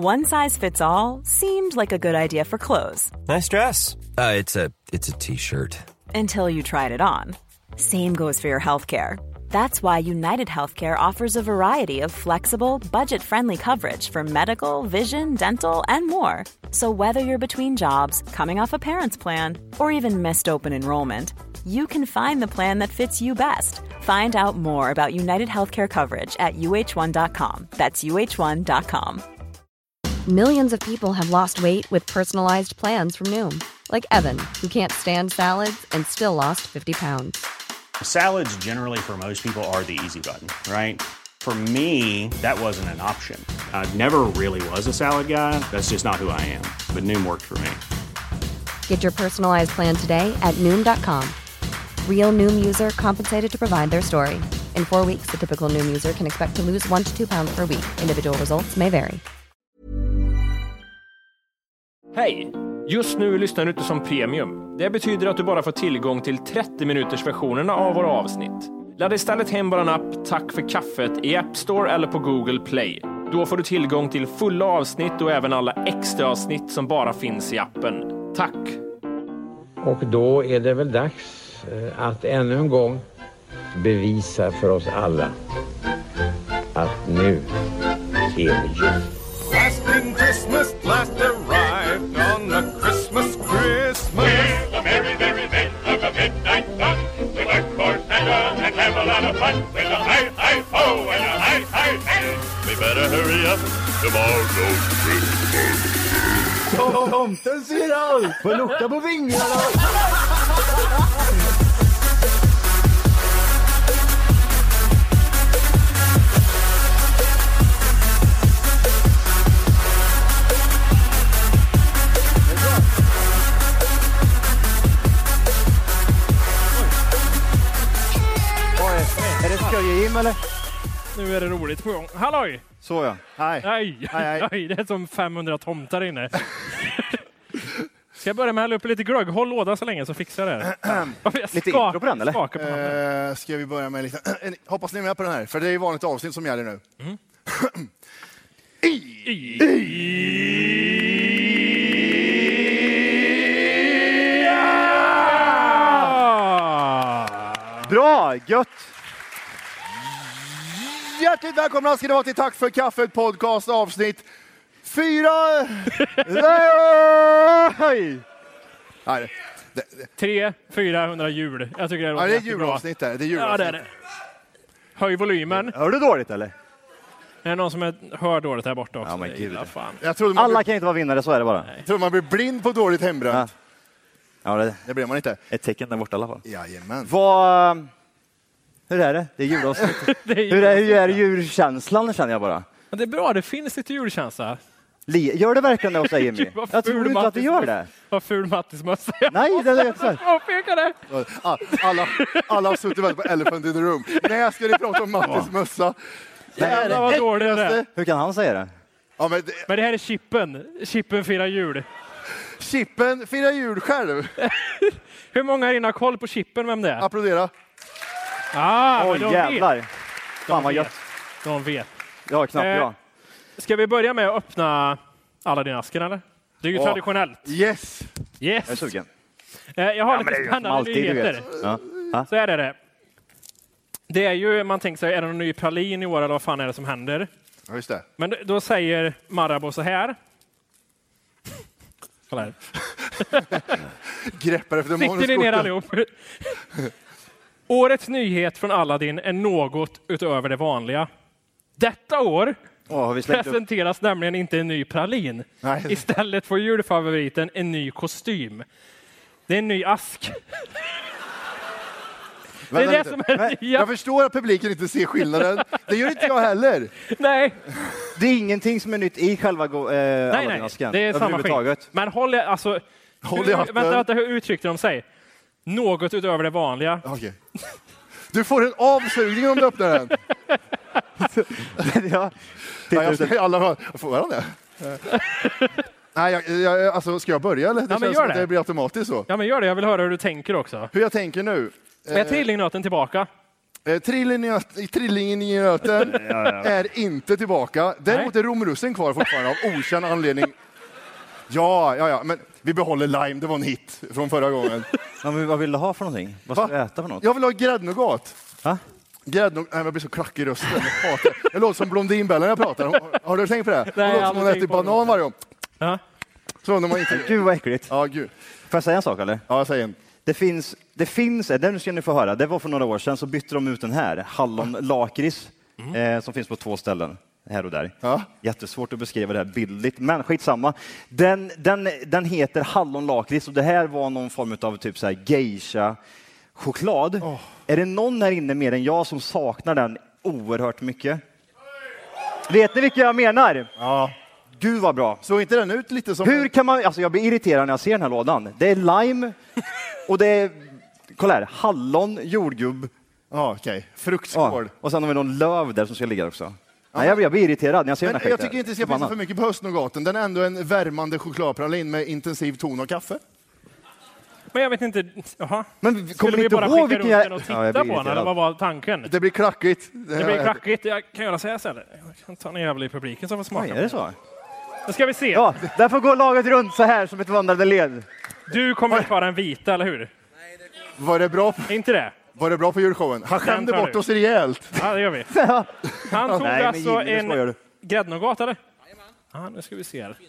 One size fits all seemed like a good idea for clothes. Nice dress. It's a t-shirt. Until you tried it on. Same goes for your healthcare. That's why United Healthcare offers a variety of flexible, budget-friendly coverage for medical, vision, dental, and more. So whether you're between jobs, coming off a parent's plan, or even missed open enrollment, you can find the plan that fits you best. Find out more about United Healthcare coverage at uh1.com. That's uh1.com. Millions of people have lost weight with personalized plans from Noom. Like Evan, who can't stand salads and still lost 50 pounds. Salads generally for most people are the easy button, right? For me, that wasn't an option. I never really was a salad guy. That's just not who I am. But Noom worked for me. Get your personalized plan today at Noom.com. Real Noom user compensated to provide their story. In 4 weeks, the typical Noom user can expect to lose 1 to 2 pounds per week. Individual results may vary. Hej! Just nu lyssnar du inte som premium. Det betyder att du bara får tillgång till 30 minuters versionerna av våra avsnitt. Ladda istället hem vår app Tack för kaffet i App Store eller på Google Play. Då får du tillgång till fulla avsnitt och även alla extra avsnitt som bara finns i appen. Tack! Och då är det väl dags att ännu en gång bevisa för oss alla att nu är det jul. Last in Christmas, last arrived on a Christmas. We're the merry, merry men of the midnight sun. We work for Santa and have a lot of fun with a hi-hi-ho and a hi-hi-hi. We better hurry up, tomorrow's Christmas. Tomten ser allt! Får lukta på vingarna! Är det skoj-Jim eller? Nu är det roligt på gång. Halloj! Så ja. Hej. Nej, det är som 500 tomtar inne. Ska jag börja med att hälla upp lite glögg? Håll låda så länge så fixar det. Lite intro på den eller? Ska vi börja med lite... Hoppas ni är med på den här, för det är ju vanligt avsnitt som gäller nu. Mm. Bra, gött! Hjärtligt välkomna ska det vara till Tack för kaffet podcast avsnitt 4. Nej, 300-400 jul. Jag tycker det är julavsnitt där. Det är julavsnitt. Ja, det är det. Höj volymen. Hör du dåligt eller? Det är någon som hör dåligt här borta också. Ja, men gud. Fan. Alla kan inte vara vinnare, så är det bara. Jag tror man blir blind på dåligt hembränt. Ja, det blir man inte. Ett tecken där borta i alla fall. Jajamän. Hur är det? Det är julavsnitt. Hur är julkänslan, känner jag bara. Ja, det är bra, det finns lite julkänsla. Gör det verkligen det hos dig, Jimmy? Jag tror inte att du gör det. Vad ful Mattis mössa. Nej, det är inte så. Vad pekar det? Alla har suttit på Elephant in the Room. När ska ni prata om Mattis mössa? Vad dåligt det är. Hur kan han säga det? Ja, men det här är Chippen. Chippen firar jul. Chippen firar jul själv. Hur många här inne har koll på Chippen, vem det är? Applådera. Jävlar. Fan vad gött. De vet. Ja, knappt jag. Ska vi börja med att öppna alla dina askar, eller? Det är ju traditionellt. Yes. Jag är sugen. Jag har lite spännande nyheter. Så är det. Det är ju, man tänker sig, är det någon ny pralin i år eller vad fan är det som händer? Ja, just det. Men då säger Marabou så här. Kolla här. Greppar efter sitter ni ner allihop? Årets nyhet från Aladdin är något utöver det vanliga. Detta år presenteras nämligen inte en ny pralin. Nej. Istället får julfavoriten en ny kostym. Det är en ny ask. Det är det som är nya. Jag förstår att publiken inte ser skillnaden. Det gör inte jag heller. Nej. Det är ingenting som är nytt i själva Aladdin-asken. Det är samma skit. Men håll i vänta, hur uttryckte de sig? Något utöver det vanliga. Okay. Du får en avsugning om du öppnar den. Får han det? Nej, alltså, ska jag börja eller? Det känns som att det blir automatiskt så. Ja, men gör det. Jag vill höra hur du tänker också. Hur jag tänker nu. Är trillingnoten tillbaka? Trillingen i nöten är inte tillbaka. Däremot är romrussen kvar fortfarande av okänd anledning. Ja, men vi behåller lime. Det var en hit från förra gången. Men vad vill du ha för någonting? Vad ska du äta för något? Jag vill ha gräddnougat. Va? Nej, jag blir så klackig i rösten. Jag låter som Blondinbella när jag pratar. Har du tänkt på det? Nej, jag låter som hon äter banan varje gång. Ja. Så när man inte... Gud vad äckligt. Ja, gud. Får jag säga en sak eller? Ja, jag säger en. Det finns, den ska ni få höra, det var för några år sedan så bytte de ut den här, hallonlakrits, som finns på 2 ställen, här och där. Ja. Jättesvårt att beskriva det här bildligt, men skitsamma. Den heter hallonlakrits och det här var någon form av typ så här geisha-choklad. Är det någon här inne mer än jag som saknar den oerhört mycket? Vet ni vilka jag menar? Ja. Gud vad bra. Så inte den ut lite som... Hur kan man, alltså jag blir irriterad när jag ser den här lådan. Det är lime och det är, kolla här, hallon, jordgubb. Ja, okej. Fruktskål. Ja. Och sen har vi någon löv där som ska ligga också. Nej, jag blir irriterad när jag ser den här jag tycker inte det ska finnas för mycket på höstnougaten. Den är ändå en värmande chokladpralin med intensiv ton och kaffe. Men jag vet inte, jaha. Men skulle vi bara skicka runt den och titta på den, eller vad var tanken? Det blir klackigt. Det blir klackigt. Jag kan göra så här sen. Jag kan ta en jävla i publiken som får smaka. Oj, är det så? Då ska vi se. Ja, därför går laget runt så här som ett vandrande led. Du kommer att vara en vita, eller hur? Var det bra? Inte det? Var det bra på julshowen? Han skämde bort oss rejält. Ja, det gör vi. Han tog alltså en gräddnougat, eller? Ja, nu ska vi se här.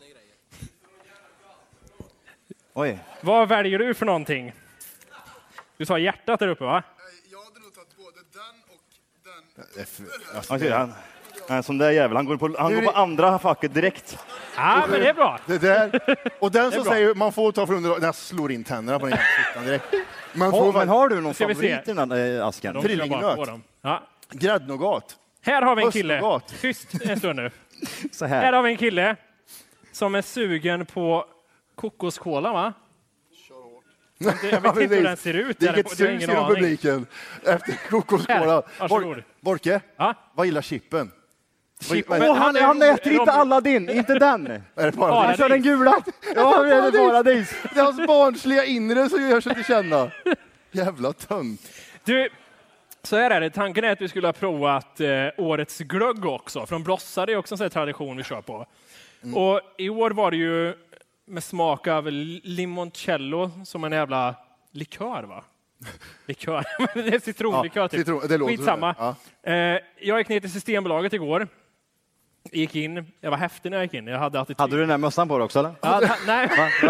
Oj. Vad väljer du för någonting? Du sa hjärtat där uppe, va? Jag hade nog tagit både den och den. En sån där jävel, han går på andra facket direkt. Ja, men det är bra. Det där. Och den som säger man får ta för under, jag slår in tänderna på den här direkt. Men har du någon favorit i den här asken? Trillingnöt. Ja. Gräddnougat. Här har vi en kille. Tyst en stund nu. Så här. Här har vi en kille som är sugen på kokoskola, va? Jag vet inte hur den ser ut. Vilket sus genom publiken efter kokoskola. Borke, vad gillar chippen? Han äter inte Aladdin, inte den. Är det bara han kör den gula. Ja, det är paradis. Det är hans barnsliga inre som gör sig till känna. Jävla tönt. Du, så här är det. Tanken är att vi skulle ha provat årets glögg också. Från Blossa, det är också en sån här tradition vi kör på. Och i år var det ju med smak av limoncello som en jävla likör, va? Likör. Det är citronlikör typ. Det låter skitsamma. Ja. Jag gick ner till Systembolaget igår. Gick in. Jag var häftig när jag gick in. Jag hade attityd. Hade du den där mössan på dig också, eller? Nej.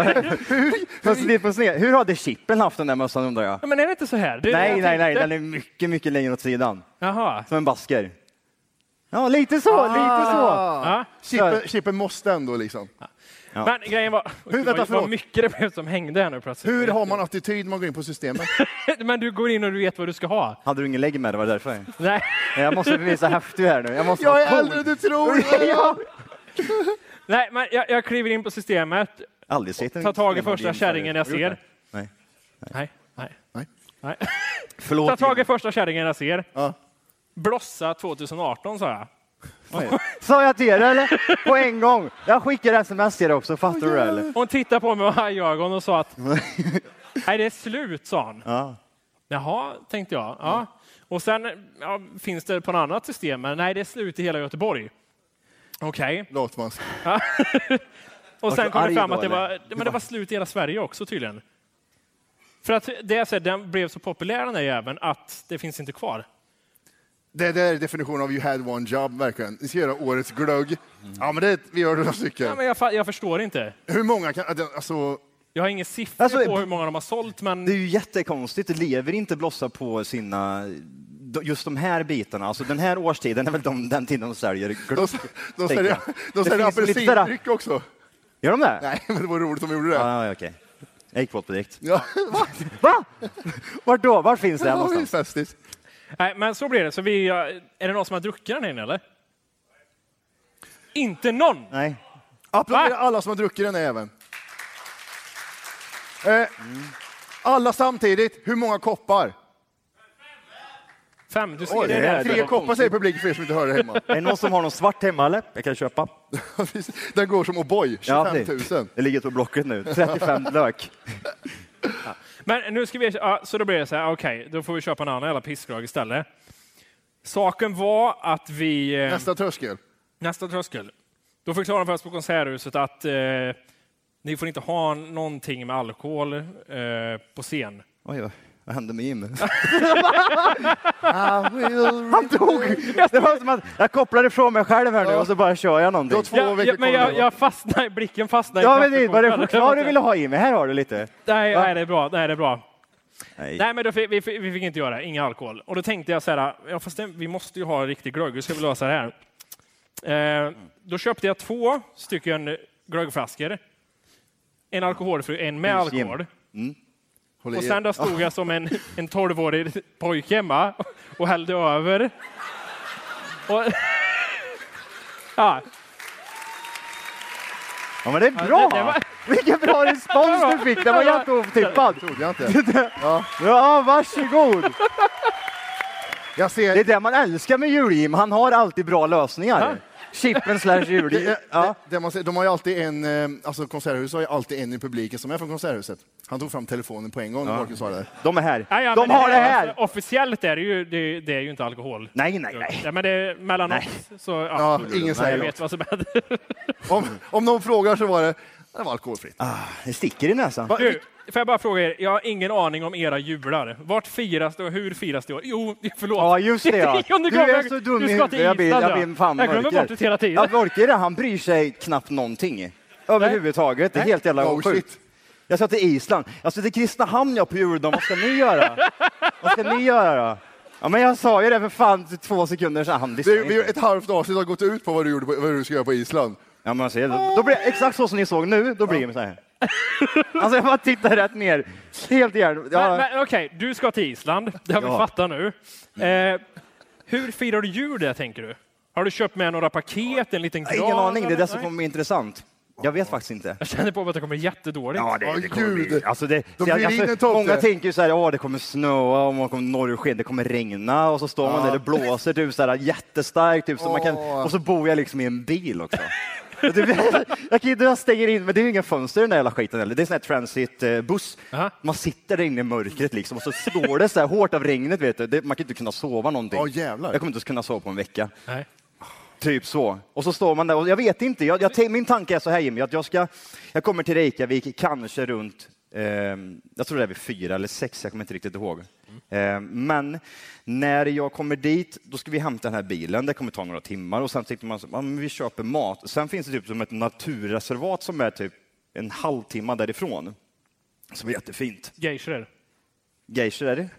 Hur hade Chippen haft den där mössan, undrar jag? Ja, men är det inte så här? Nej. Den är mycket, mycket längre åt sidan. Jaha. Som en basker. Ja, lite så. Ja. Chippen måste ändå liksom. Ja. Men grejen var, vad mycket det blev som hängde här nu plötsligt. Hur har man attityd när man går in på systemet? Men du går in och du vet vad du ska ha. Hade du ingen lägg med det, var det därför? Nej. Jag måste bevisa häftig här nu. Jag är äldre än du tror. Ja. Nej, men jag kliver in på systemet. Aldrig sett Ta tag i första kärringen jag ser. Nej. Förlåt. Ta tag i första kärringen jag ser. Ja. Blossa 2018, sa jag. Sa jag till er, eller? På en gång. Jag skickar sms till er också, fattar du eller? Hon tittade på mig med hajögon och sa att nej, det är slut, sa hon. Ja. Jaha, tänkte jag. Ja. Och sen finns det på något annat system, men nej, det är slut i hela Göteborg. Okej. Låtmask. Ja. Och sen kom det fram att det var slut i hela Sverige också tydligen. För att den blev så populär den här jäveln att det finns inte kvar. Det är definitionen av you had one job, verkligen. Vi ska göra årets glögg. Ja, men vi gör några stycken. Ja, men jag förstår inte. Hur många kan... Alltså... Jag har ingen siffra på hur många de har sålt, men... Det är ju jättekonstigt. Det lever inte Blossa på sina... Just de här bitarna. Alltså den här årstiden är väl den tiden de säljer glögg. De säljer apelsindryck också. Gör de det? Nej, men det var roligt om de gjorde det. Ja, okej. Jag gick på det direkt. Ja. Va? Vart då? Var finns det här någonstans? Nej, men så blir det. Så är det någon som har druckit den här, eller? Inte någon? Nej. Applådera alla som har druckit den även. Alla samtidigt. Hur många koppar? 5. Du ser det 3 koppar säger publiken för er som inte hör det hemma. Är det någon som har någon svart hemma, eller? Jag kan köpa. Den går som O'boy. 25 000. Det ligger på blocket nu. 35 lök. Men nu ska vi... så då blir det så här, okej, då får vi köpa en annan jävla pissglögg istället. Saken var att vi... Nästa tröskel. Då förklarade för oss på Konserthuset att ni får inte ha någonting med alkohol på scen. Oj, vad hände med Jim? Han tog. Det var som att jag kopplade ifrån mig själv här nu och så bara kör jag någonting. Jag fastnade, blicken fastnade. Ja, men det var det choklad du ville ha Jim. Här har du lite. Nej, det är bra. Nej, men vi fick inte göra ingen alkohol. Och då tänkte jag så här, ja, fast vi måste ju ha riktig glögg. Hur ska vi lösa det här? Då köpte jag 2 stycken glöggflaskor. En alkoholfri, en med alkohol. Och sen då stod jag som en 12-årig pojke hemma och hällde över. Och, ja, men det är bra! Vilken bra respons du fick, det var jätte otippad. Trodde jag inte. Ja, varsågod. Det är det man älskar med Jul-Jim, han har alltid bra lösningar. Chippen / Jul. De har ju alltid en, alltså Konserthuset har ju alltid en i publiken som är från Konserthuset. Han tog fram telefonen på en gång. De är här. Ja, de har det här. Alltså, officiellt är det är ju inte alkohol. Nej. Ja, men det är mellan oss. Så, ingen säger vet vad som händer. Om någon frågar så var det var alkoholfritt. Det sticker i näsan. Får jag bara fråga er, jag har ingen aning om era jular. Vart firas det och hur firas det? Jo, förlåt. Ja, just det. Ja. Du är så dum i huvudet. Jag glömmer bort det hela tiden. Han bryr sig knappt någonting. Överhuvudtaget. Det är helt jävla sjukt. Jag sa till Island. Jag sa till Kristinehamn på juldagen. Vad ska ni göra? Då? Ja, men jag sa ju det för fan 2 sekunder sedan. Ett halvt avsnitt har gått ut på vad du ska göra på Island. Ja, men man ser, då blir det exakt så som ni såg nu. Då blir det så här. Alltså jag bara tittar rätt ner. Helt gärna. Ja. Men okej, du ska till Island. Det har vi fattat nu. Hur firar du jul där, tänker du? Har du köpt med några paket, en liten gran? Ingen aning, det är det som kommer bli intressant. Jag vet faktiskt inte. Jag känner på att det kommer bli jättedåligt. Ja, det kommer bli. Alltså många tänker ju så här, det kommer snöa och man kommer norrsken, det kommer regna och så står man där det blåser typ så här jättestarkt typ så man kan, och så bor jag liksom i en bil också. Jag stänger in, men det är ju inga fönster i den där jävla skiten heller. Det är en sån här transitbuss. Man sitter där inne i mörkret liksom och så slår det så här hårt av regnet, vet du. Man kan inte kunna sova någonting. Jävlar. Jag kommer inte kunna sova på en vecka. Nej. Typ så. Och så står man där och jag vet inte. Min tanke är så här, Jimmy, att jag kommer till Reykjavik kanske runt jag tror det är vid 4 eller 6, jag kommer inte riktigt ihåg. Men när jag kommer dit, då ska vi hämta den här bilen. Det kommer ta några timmar och sen tyckte man så, men vi köper mat. Sen finns det typ som ett naturreservat som är typ en halvtimme därifrån. Som är jättefint. Geysir är det?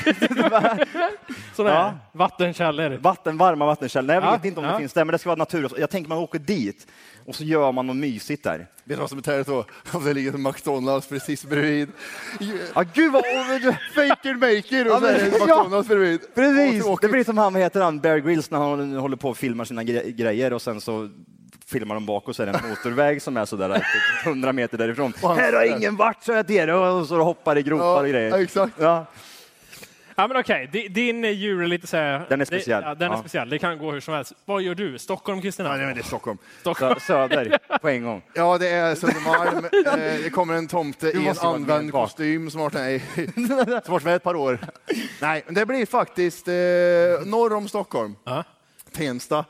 Sådana vattenkällor. Varma vattenkällor. Jag vet inte om det finns där, men det ska vara natur. Jag tänker man åker dit och så gör man något mysigt där. Vet du vad som är tärt då? Om det ligger en McDonalds precis bredvid. Ja, gud vad... Faker maker och så är det McDonalds bredvid. Precis, det blir som han Bear Grylls när han håller på och filmar sina grejer och sen så filmar de bak och så är det en motorväg som är så där 100 meter därifrån. Här har ingen varit, så jag det och så hoppar i gropar och grejer. Ja, exakt. Ja, men okej. Din jul är lite så här... Den är speciell. Den är speciell. Det kan gå hur som helst. Vad gör du? Stockholm, Kristina? Nej, men det är Stockholm. Söder på en gång. Ja, det är Södermalm. Det kommer en tomte i en använd kostym som har varit med ett par år. Nej, det blir faktiskt norr om Stockholm. Tensta.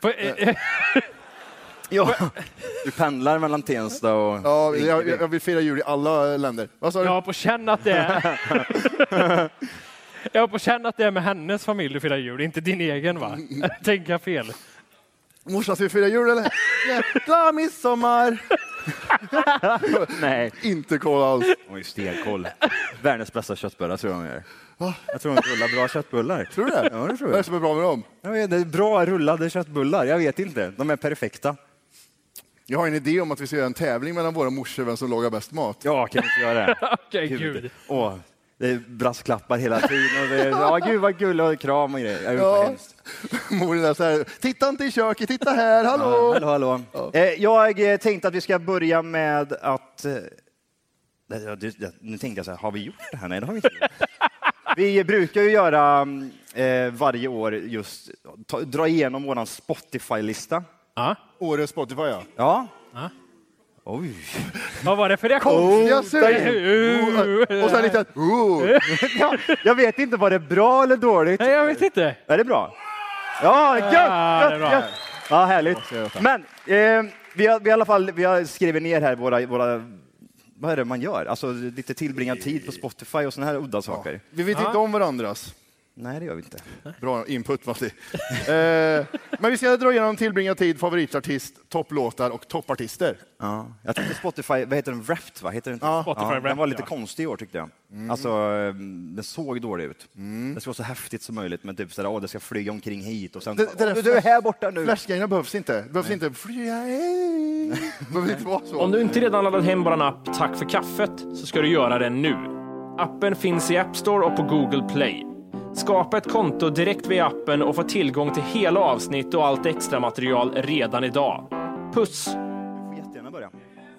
Ja, du pendlar mellan Tensta och... Ja, jag vill fira jul i alla länder. Vad sa du? Jag har på känna att det är... Jag har på känna att det är med hennes familj du firar jul, inte din egen, va? Tänker jag fel? Morsan, ska vi fira jul eller? Jäkla midsommar! Nej. Inte koll alls. Oj, stenkoll. Världens bästa köttbullar tror jag de gör. Jag tror de rullar bra köttbullar. Tror du det? Ja, det tror jag. Vad är det som är bra med dem? Jag vet, det är bra rullade köttbullar. Jag vet inte. De är perfekta. Jag har en idé om att vi ska göra en tävling mellan våra morsor vem som lagar bäst mat. Ja, kan vi inte göra det? Okej, gud. Det är brasklappar hela tiden. Och det är, gud vad gull och kram och grejer. Ja. Mor är där så här, titta inte i köket, titta här, hallå! Hallå. Ja. Jag tänkte att vi ska börja med att... Nu tänkte jag så här, har vi gjort det här? Nej, det har vi inte gjort. Vi brukar ju göra varje år just dra igenom våran Spotify-lista. Årets Spotify, Ja. Oj. Vad var det för reaktion? Och sen lite ja, jag vet inte, var det bra eller dåligt? Nej, jag vet inte. Är det bra? Ja, gött. Ja, härligt. Men vi har i alla fall skrivit ner här våra vad är det man gör? Alltså lite tillbringad tid på Spotify och såna här udda saker. Vi vet inte om varandras. Nej, det gör vi inte. Bra input, Matti. Men vi ska dra igenom tillbringad tid, favoritartist, topplåtar och toppartister. Ja. Jag tänkte Spotify, vad heter den? Wrapped, va? Heter den inte? Ja. Spotify Wrapped, den var lite konstig i år tyckte jag. Alltså, den såg dålig ut. Det ska vara så häftigt som möjligt, men typ sådär, det ska flyga omkring hit och sen... Du är här borta nu. Flashgrejerna behövs inte. Behövs inte flyga hej. Behövs inte vara så. Om du inte redan laddat hem vår app Tack för kaffet så ska du göra det nu. Appen finns i App Store och på Google Play. Skapa ett konto direkt via appen och få tillgång till hela avsnitt och allt extra material redan idag. Puss! Du får jättegärna börja.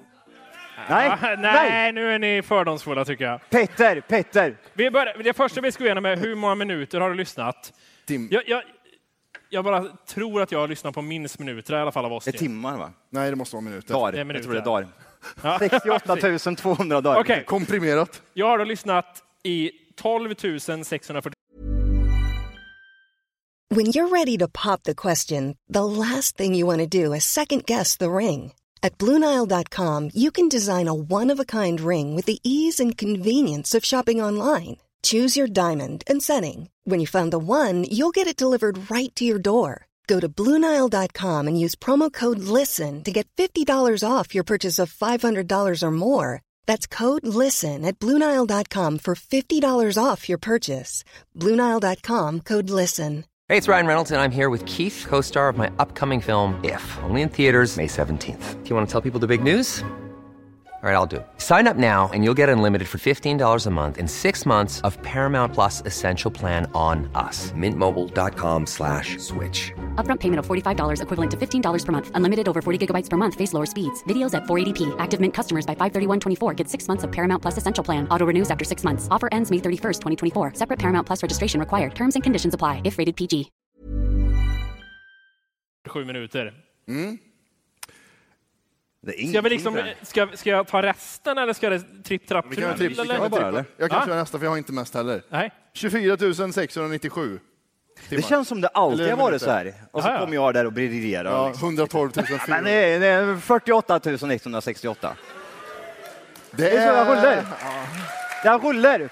Nej, nu är ni fördomsfulla tycker jag. Petter! Det första vi ska igenom är hur många minuter har du lyssnat? Jag bara tror att jag har lyssnat på minst minuter i alla fall av oss. Det är timmar, va? Nej, det måste vara minuter. Dagar. Jag tror det är dagar. 68 200 dagar. Okay. Komprimerat. Jag har då lyssnat i 12 640. When you're ready to pop the question, the last thing you want to do is second guess the ring. At BlueNile.com, you can design a one-of-a-kind ring with the ease and convenience of shopping online. Choose your diamond and setting. When you find the one, you'll get it delivered right to your door. Go to BlueNile.com and use promo code LISTEN to get $50 off your purchase of $500 or more. That's code LISTEN at BlueNile.com for $50 off your purchase. BlueNile.com, code LISTEN. Hey, it's Ryan Reynolds, and I'm here with Keith, co-star of my upcoming film, If, only in theaters May 17th. Do you want to tell people the big news? All right, I'll do it. Sign up now and you'll get unlimited for $15 a month and 6 months of Paramount Plus Essential Plan on us. MintMobile.com/switch. Upfront payment of $45 equivalent to $15 per month. Unlimited over 40 gigabytes per month. Face lower speeds. Videos at 480p. Active Mint customers by 531.24 get 6 months of Paramount Plus Essential Plan. Auto renews after 6 months. Offer ends May 31st, 2024. Separate Paramount Plus registration required. Terms and conditions apply if rated PG. 7 minuter. Ska jag ta resten eller ska det tripp-trapp? Jag kan köra nästa för jag har inte mest heller. Nej. 24 697 timmar. Det känns som det alltid har varit så här. Och så kommer jag där och briljerar. Ja, 112 400. Men det är 48 168. Det är så jag rullar.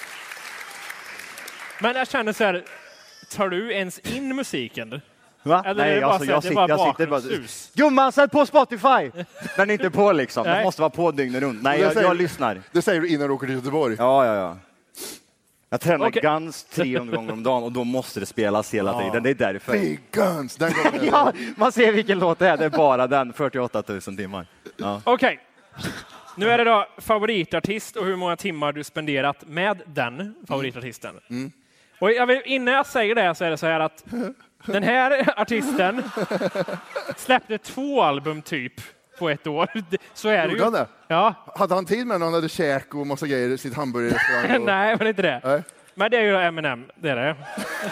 Men jag känner så här, tar du ens in musiken? Va? Eller nej, jag sitter bara... Gumman, sätt på Spotify! Den är inte på liksom. Den måste vara på dygnet runt. Nej, jag lyssnar. Det säger du innan du åker till Göteborg. Ja. Jag tränar Guns 300 gånger om dagen och då måste det spelas hela tiden. Det är därför. Big Guns! Den ja, man ser vilken låt det är. Det är bara den. 48 000 timmar. Ja. Okej. Nu är det då favoritartist och hur många timmar du spenderat med den favoritartisten. Och innan jag säger det så är det så här att den här artisten släppte 2 album typ på ett år. Så är det ju. Det? Ja. Hade han tid med när han hade käk och massa grejer i sitt hamburgerrestaurang? Nej, men inte det. Nej. Men det är ju Eminem, det är det.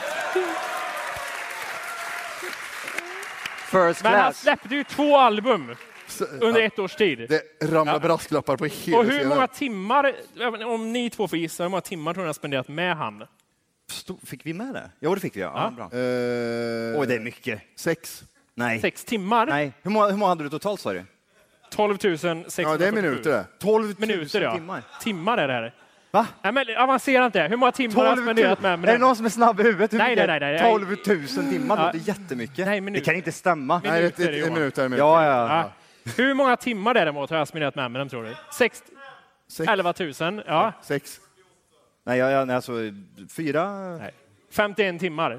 Men han släppte ju 2 album under 1 års tid. Det ramlar brasklappar på hela Och hur många timmar, om ni två får gissa, hur många timmar tror ni har spenderat med han? Fick vi med det? Jo, det fick vi. Ja. Bra. Det är mycket. 6. Nej. 6 timmar? Nej. Hur många hade du totalt, sa du? 12 647. Ja, det är minuter det. 12 minuter, ja. Timmar. Timmar är det här. Va? Nej, men avancera inte. Hur många timmar har jag spenderat med Är det någon som är snabb i huvudet? Nej. 12 000 timmar, det är jättemycket. Nej, det kan inte stämma. Nej, det är minuter. Ja. Hur många timmar däremot har jag spenderat med dem, tror du? 11 000, ja. 6. Nej, alltså 4. Nej. 51 timmar.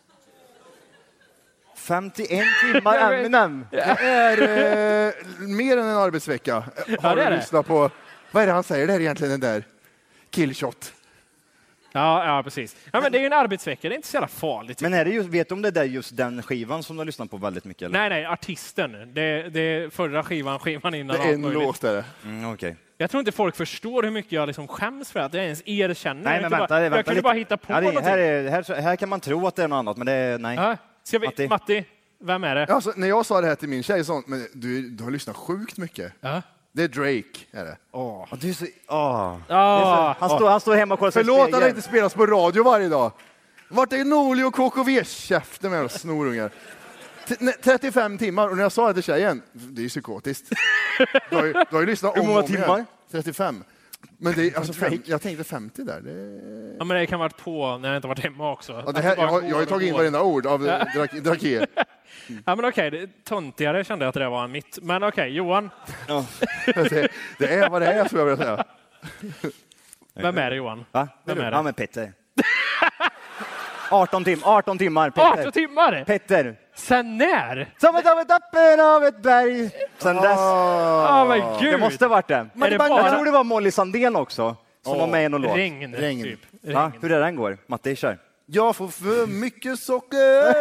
51 timmar Eminem. Det är mer än en arbetsvecka. Har du lyssnat på, vad är det han säger där egentligen, den där Killshot? Ja, precis. Ja, men det är ju en arbetsvecka, det är inte så jävla farligt. Men är det vet du om det är just den skivan som du har lyssnat på väldigt mycket? Eller? Nej, artisten. Det är förra skivan innan. Det är en låt där. Okay. Jag tror inte folk förstår hur mycket jag liksom skäms för att jag ens erkänner. Nej, men vänta, jag kunde bara hitta på någonting. Här kan man tro att det är något annat, men det är nej. Ja. Ska vi, Matti, Vem är det? Alltså, när jag sa det här till min tjej, sånt, men du har lyssnat sjukt mycket. Det är Drake, är det. Du är så, han står hemma och kollar. Förlåt att det inte spelas på radio varje dag. Vart är Norli och KKV-käften med snorungar? 35 timmar, och när jag sa det till tjejen, det är psykotiskt. Du har ju lyssnat om. Hur många timmar? 35. Men det är, alltså, jag tänkte 50 där. Ja, men det kan ha varit på när jag inte varit hemma också. Ja, det här, jag har ju tagit in varenda ord av Drake. Ja, men okej, töntigare kände jag att det var en mitt. Men okej, Johan. Ja. det är vad det är, så jag vill säga. Vem är det, Johan? Va? Vem är det? Ja, men Petter. 18 timmar, Petter. 18 timmar? Petter. Sen när? Som ett av ett öppen av ett berg. Sen dess. Men gud. Det måste ha varit det. Men jag tror det var Molly Sandén också som var med i någon låt. Regn. Typ. Va? Hur är den går? Matte, kör. Jag får för mycket socker.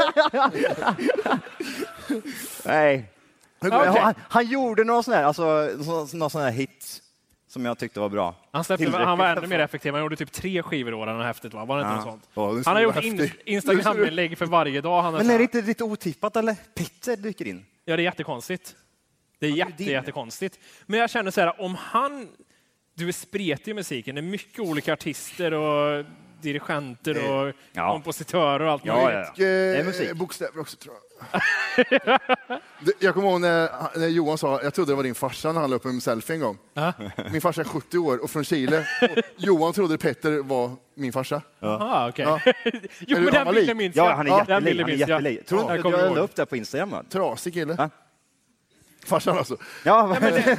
Nej. Okay. Han gjorde några sådana här hits som jag tyckte var bra. Han var ännu mer effektiv. Han gjorde typ 3 skivor då, den häftigt, va? Var det inte något sånt? Han har gjort Instagram-inlägg för varje dag. Men är det inte lite otippat, eller? Petter dyker in. Ja, det är jättekonstigt. Det är jättekonstigt. Men jag känner så här, om du är spretig i musiken, det är mycket olika artister och dirigenter och kompositörer och allt möjligt. Det är musik. Bokstäver också, tror jag. Jag kommer ihåg när Johan sa, jag trodde det var din farsa när han la upp en selfie en gång. Min farsa är 70 år och från Chile. Och Johan trodde Petter var min farsa. Jaha, okej. Jo, men den bilden minns jag. Ja, han är jättelik. Tror du jag la upp det på Instagram? Trasig kille. Farsan alltså. Ja,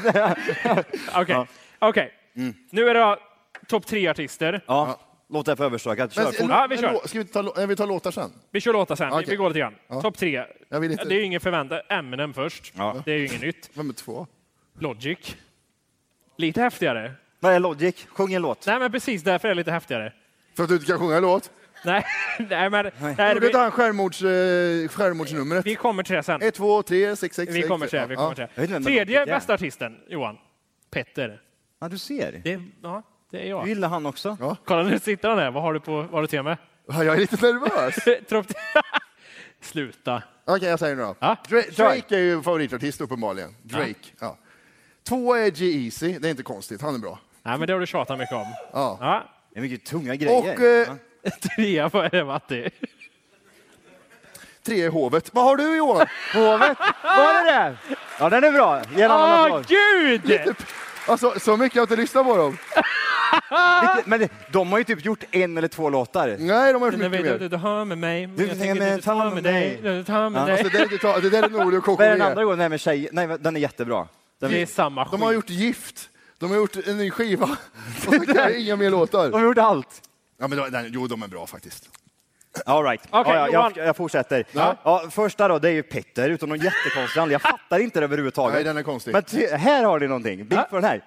Okej. Nu är det topp 3 artister. Ja. Låt det för överstökat. Vi kör. Ska vi ta låtar sen? Vi kör låtar sen. Vi går lite grann. Topp 3. Det är ju ingen förväntan. Eminem först. Det är ju inget nytt. Vem är 2? Logic. Lite häftigare. Vad är Logic? Sjung en låt. Nej, men precis därför är det lite häftigare. För att du inte kan sjunga en låt? Nej, men... Du vet han självmordsnumret? Vi kommer till det sen. 1, 2, 3, 6, 6, 6. Vi kommer till det. Tredje bästa artisten, Johan. Petter. Ja, du ser. Det är jag. Du gillar han också? Ja. Kolla, nu sitter han där. Vad har du till med? Jag är lite nervös. Sluta. Okej, jag säger nu då. Drake är ju favoritartist uppenbarligen. Drake. Ja. 2 är G-Eazy. Det är inte konstigt. Han är bra. Nej, men det har du tjatat mycket om. Ja. Det är mycket tunga grejer. Och 3, vad är det, Matti? 3 är Hovet. Vad har du, Johan? Hovet? Vad är det? Ja, den är bra. Gud! Alltså, så mycket jag inte lyssnat på dem. Men de har ju typ gjort 1 eller 2 låtar. Nej, de har gjort mycket mer. Du hör med mig. Det där är Norli och KKV. Vad är den andra gången? Nej, med tjej. Nej, den är jättebra. Det är samma skit. De har gjort Gift. De har gjort en ny skiva. Det är inga mer låtar. De har gjort allt. Ja, men de är bra faktiskt. All right. Okay, jag fortsätter. Första då, det är ju Petter, utan någon jättekonstig anledning. Jag fattar inte det överhuvudtaget. Nej, den är konstig. Men här har ni någonting. Bild på den här.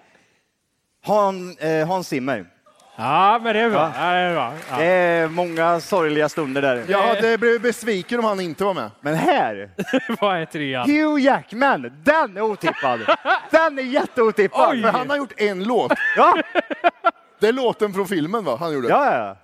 Hans Zimmer. Ja, men det är bra. Ja. Det är många sorgliga stunder där. Jag hade blivit besviken om han inte var med. Men här. Vad är 3? Hugh Jackman. Den är otippad. Den är jätteotippad. För han har gjort en låt. Ja. Det är låten från filmen, va? Han gjorde. Ja.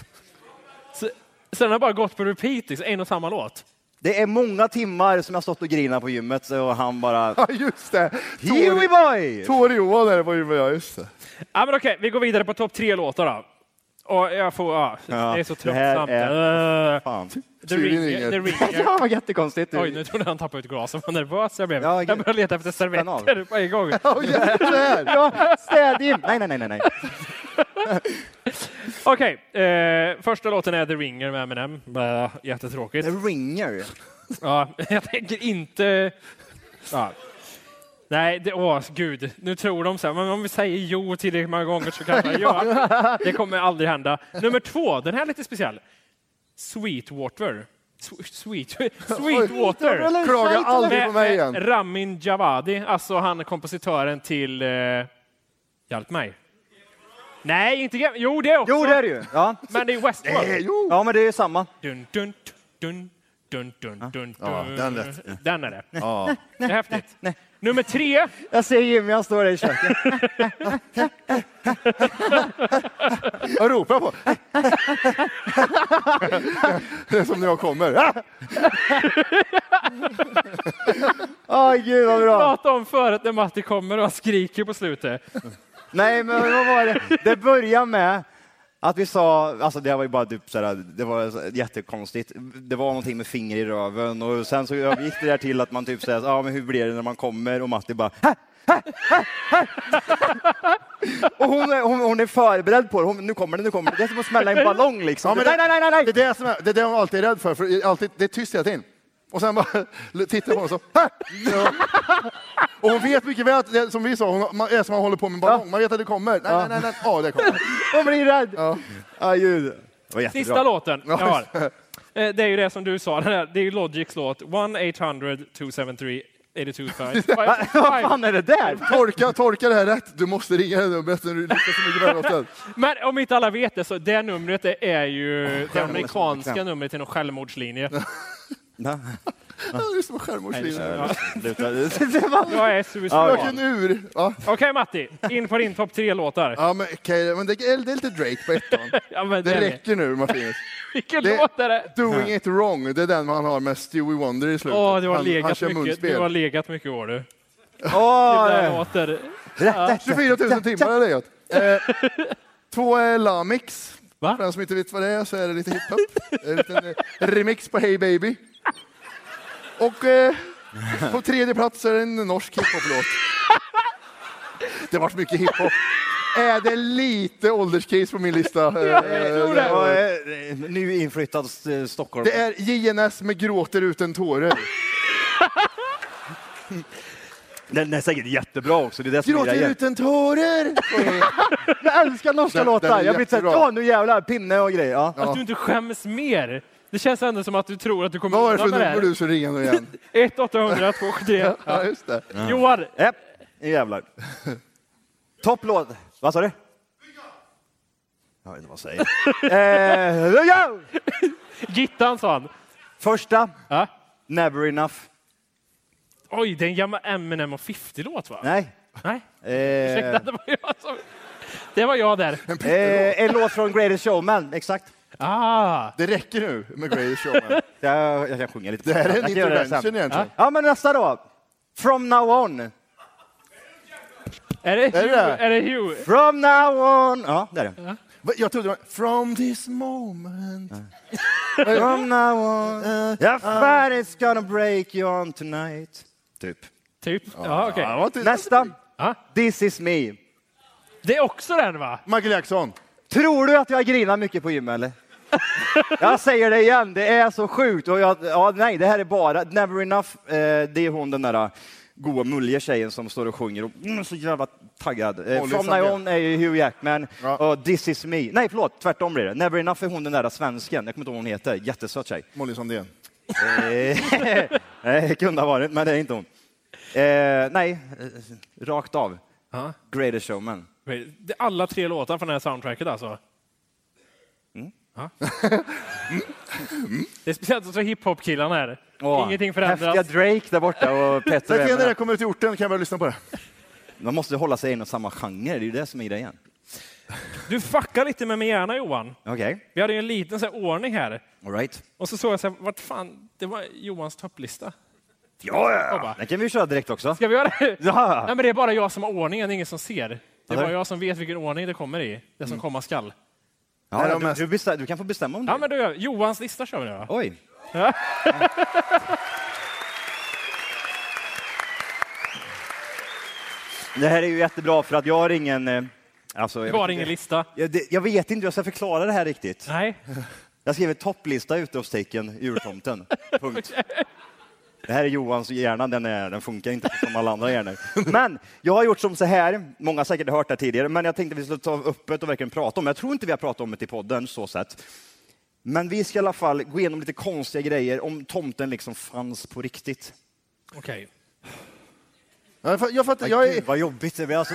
Sen har bara gått på repeat, en och samma låt. Det är många timmar som jag stått och grinat på gymmet och han bara... Ja, just det. Huey boy! Tor Johan är det på gymmet, ja, just det. Ja, men okej, vi går vidare på topp 3 låtar då. Och jag får... det är så tröttsamt. The Ringer. Ja, vad jättekonstigt. Oj, nu trodde han tappade ut glasen. Vad nervös jag blev. Jag började leta efter servetter på en gång. Städ in! Nej. Okej, första låten är The Ringer med Eminem. Jättetråkigt. The Ringer? Ja, jag tänker inte... Ja. Nej, gud. Nu tror de så här, men om vi säger jo tillräckligt många gånger så kanske det kommer aldrig hända. Nummer 2, den här är lite speciell. Sweetwater. Sweetwater. Klaga aldrig på mig igen. Ramin Djawadi, alltså han är kompositören till... hjälp mig. Nej, inte... Jo, det är också. Jo, det är det ju. Ja. Men det är Westworld. Ja, men det är samma. Dun. Ja, den är det. Ja. Det är häftigt. Nej. Nummer 3. Jag ser Jimmy, han står där i köket. Jag ropar på. Det är som när jag kommer. Gud vad bra. Prata om förut när Matti kommer och han skriker på slutet. Nej, men vad var det? Det börjar med att vi sa, alltså det var ju bara typ sådär, det var jättekonstigt. Det var någonting med finger i röven och sen så gick det där till att man typ säger, ja men hur blir det när man kommer? Och Matti bara, och hon är förberedd på det. Nu kommer det. Det är som att smälla en ballong liksom. Ja, nej. Det är det hon alltid är rädd för alltid, det är tyst hela tiden. Och sen bara tittar på honom så. Ja. Och hon vet mycket väl att det, som vi sa, hon är som man håller på med en ballong. Man vet att det kommer. Nej. Ja, det kommer. Hon blir rädd. Ja, Gud. Sista låten jag har. Det är ju det som du sa. Det är ju Logics låt. 1-800-273-8225. Vad fan är det där? Torka det här rätt. Du måste ringa det numret när du lyckas så mycket väl låten. Men om inte alla vet det så det numret är ju det amerikanska numret till någon självmordslinje. Det är som en självmordslinje. Jag är suicid. Vilken ur. Okej, Matti, in på din topp 3-låtar. Ja, men okej, men det är lite Drake på ettan. Ja, men det räcker nu, Martinus. Vilken låt är det? Doing It Wrong, det är den man har med Stevie Wonder i slutet. Du har legat mycket år, du. Låter. 24 000 timmar har jag legat. 2 är Lamix. För den som inte vet vad det är så är det lite hiphop. En liten remix på Hey Baby. Och på 3:e plats är det en norsk hiphop-låt. Det var mycket hiphop. Är det lite ålderskris på min lista? Nu inflyttad Stockholm. Det är JNS med Gråter utan tårer. Den är säkert jättebra också. Det är det som Gråter utan tårer! Jag älskar norska låtar. Jag blir såhär, nu jävlar, pinne och grejer. Ja. Att du inte skäms mer. Det känns ändå som att du tror att du kommer undan med det här. Vad är det för nummer du så ringer nu igen? 1-800-273. Ja, just det. Johan. Jävlar. Topplåt. Vad sa du? Jag vet inte vad jag säger. Gittan sa han. Första. Never Enough. Oj, det är en gammal Eminem och 50-låt va? Nej. Ursäkta, det var jag där. En låt från Greatest Showman, exakt. Det räcker nu med Greatest Showman. Jag kan sjunga lite. Det här är en intervention egentligen. Ja, men nästa då. From Now On. Är det Hugh? From Now On. Ja, där är det. Jag trodde det var From this moment. From now on. Your body's gonna break you on tonight. Typ. Ja, okej. Nästa. This is me. Det är också den va? Michael Jackson. Tror du att jag grinar mycket på gym eller? Jag säger det igen, det är så sjukt. Och nej, det här är bara Never Enough. Det är hon den där goa mulliga tjejen som står och sjunger och så jävla taggad. From Now On är ju Hugh Jackman och This Is Me. Nej, förlåt, tvärtom blir det. Never Enough är hon den där svensken. Jag kommer inte ihåg vad hon heter. Jättesöt tjej. Molly Sandén. Nej, kunde ha varit, men det är inte hon. Nej, rakt av. Greatest Showman. Det är alla 3 låtar från det här soundtracket alltså. Det är speciellt så hiphop-killarna här. Ingenting förändras. Häftiga Drake där borta och Petter. När det kommer ut i orten kan jag börja lyssna på det. Man måste hålla sig in och samma genre, det är ju det som är grejen. Du fuckar lite med min hjärna Johan. Okej. Vi hade ju en liten så här ordning här. All right. Och så såg jag så här, vart fan, det var Johans topplista. Ja. Den kan vi köra direkt också. Ska vi göra det? Ja. Nej, men det är bara jag som har ordningen, ingen som ser. Det är bara jag som vet vilken ordning det kommer i. Det som komma skall. Ja, du kan få bestämma om det. Ja, men då Johans lista kör vi nu. Oj. Ja. Det här är ju jättebra för att jag har ingen... du har ingen lista? Jag vet inte hur jag ska förklara det här riktigt. Nej. Jag skriver topplista utropstecken jultomten. Punkt. Det här är Johans hjärna, den funkar inte som alla andra hjärnor. Men jag har gjort som så här, många har säkert hört det tidigare, men jag tänkte att vi skulle ta öppet och verkligen prata om det. Jag tror inte vi har pratat om det i podden så sett. Men vi ska i alla fall gå igenom lite konstiga grejer om tomten liksom fanns på riktigt. Okej. Jag fattar, Gud, vad jobbigt det blir. Alltså,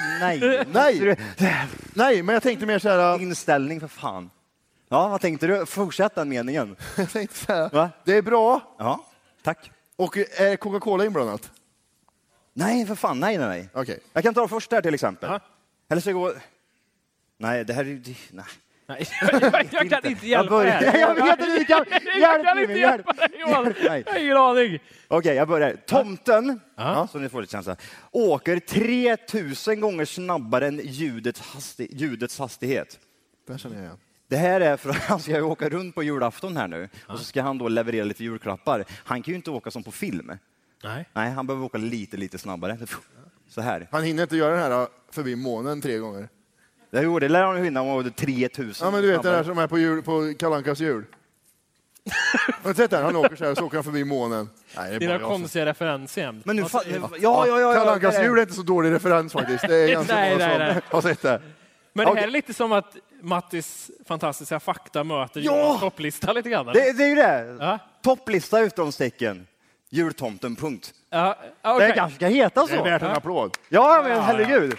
nej, men jag tänkte mer så här... Inställning för fan. Ja, vad tänkte du? Fortsätt den meningen. Jag tänkte så här, det är bra. Ja, tack. Och är Coca-Cola inblandat? Nej, för fan. Nej. Okay. Jag kan ta först här till exempel. Eller så går... Nej, det här är... Nej, jag kan inte hjälpa dig. Jag vet att du kan. Jag kan inte hjälpa dig, Johan. Jag har ingen aning. Okej, jag börjar. Tomten, så ni får lite känsla, åker 3000 gånger snabbare än ljudets hastighet. Det känner jag igen. Det här är för att han ska åka runt på julafton här nu. Och så ska han då leverera lite julklappar. Han kan ju inte åka som på film. Nej, han behöver åka lite snabbare. Så här. Han hinner inte göra den här förbi månen 3 gånger. Det lär han hinna om 3000. Ja, men du vet det där som är på Kalle Ankas jul. Har du sett det? Han åker så här, så åker han förbi månen. Nej, det är några konstiga referenser. Men nu ja. Kalle Ankas jul är inte så dålig referens faktiskt. Det är ganska nej. Har sett det. Men det här är lite som att Mattis fantastiska fakta möter topplista lite grann. Det är ju det. Ja. Topplista utropstecken. Jultomten, punkt. Okay. Det kanske ska heta så. Det är värt en applåd. Ja, men herregud.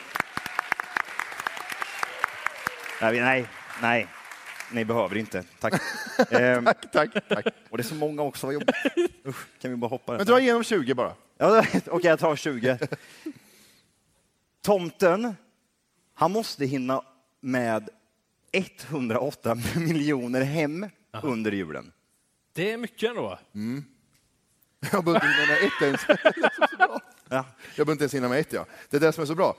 Nej. Ni behöver inte. Tack. Tack. Och det är så många också. Vad jobbigt. Kan vi bara hoppa? Men dra igenom 20 bara. Ja, okej, jag tar 20. Tomten, han måste hinna med 108 miljoner hem under julen. Det är mycket ändå. Jag behöver inte hinna med ett ens. Jag behöver inte ens hinna med ett, ja. Det är det som är så bra.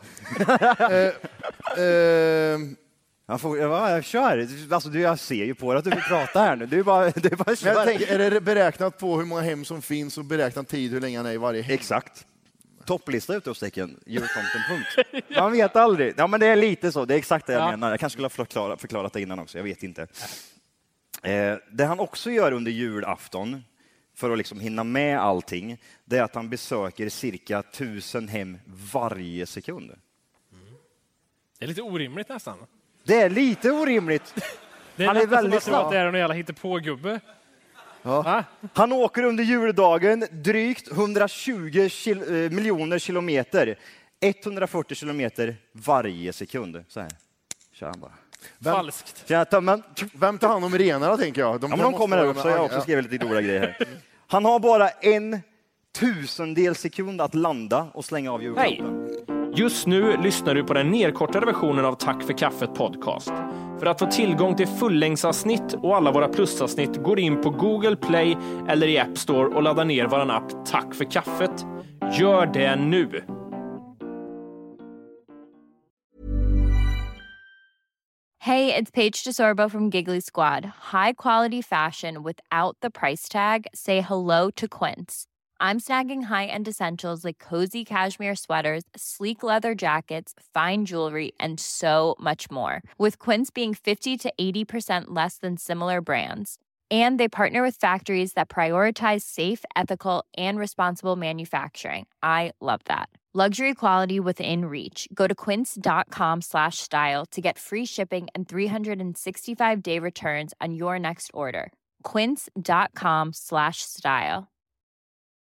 Jag kör. Alltså, jag ser ju på dig att du vill prata här nu. Det är bara men jag tänker, är det beräknat på hur många hem som finns och beräknat tid hur länge han är i varje hem? Exakt. Topplista utropstecken, jultomten, punkt. Man vet aldrig. Ja, men det är lite så. Det är exakt det jag menar. Jag kanske skulle ha förklarat det innan också. Jag vet inte. Det han också gör under julafton för att liksom hinna med allting, det är att han besöker cirka 1000 hem varje sekund. Det är lite orimligt nästan. Det är lite orimligt. Han är väldigt snabb. Det är en jävla hittepågubbe. Ja. Han åker under juldagen drygt 120 miljoner kilometer. 140 kilometer varje sekund. Så här. Kör han bara. Falskt. Vem tar hand om renarna, tänker jag? De kommer här också. Jag har också skrivit lite roliga grejer här. Han har bara 1/1000 sekund att landa och slänga av julklappen. Just nu lyssnar du på den nedkortade versionen av Tack för kaffet podcast. För att få tillgång till fullängdsavsnitt och alla våra plusavsnitt går in på Google Play eller i App Store och laddar ner våran app Tack för kaffet. Gör det nu! Hey, it's Paige DeSorbo from Giggly Squad. High quality fashion without the price tag. Say hello to Quince. I'm snagging high-end essentials like cozy cashmere sweaters, sleek leather jackets, fine jewelry, and so much more. With Quince being 50 to 80% less than similar brands. And they partner with factories that prioritize safe, ethical, and responsible manufacturing. I love that. Luxury quality within reach. Go to quince.com/style to get free shipping and 365-day returns on your next order. Quince.com/style.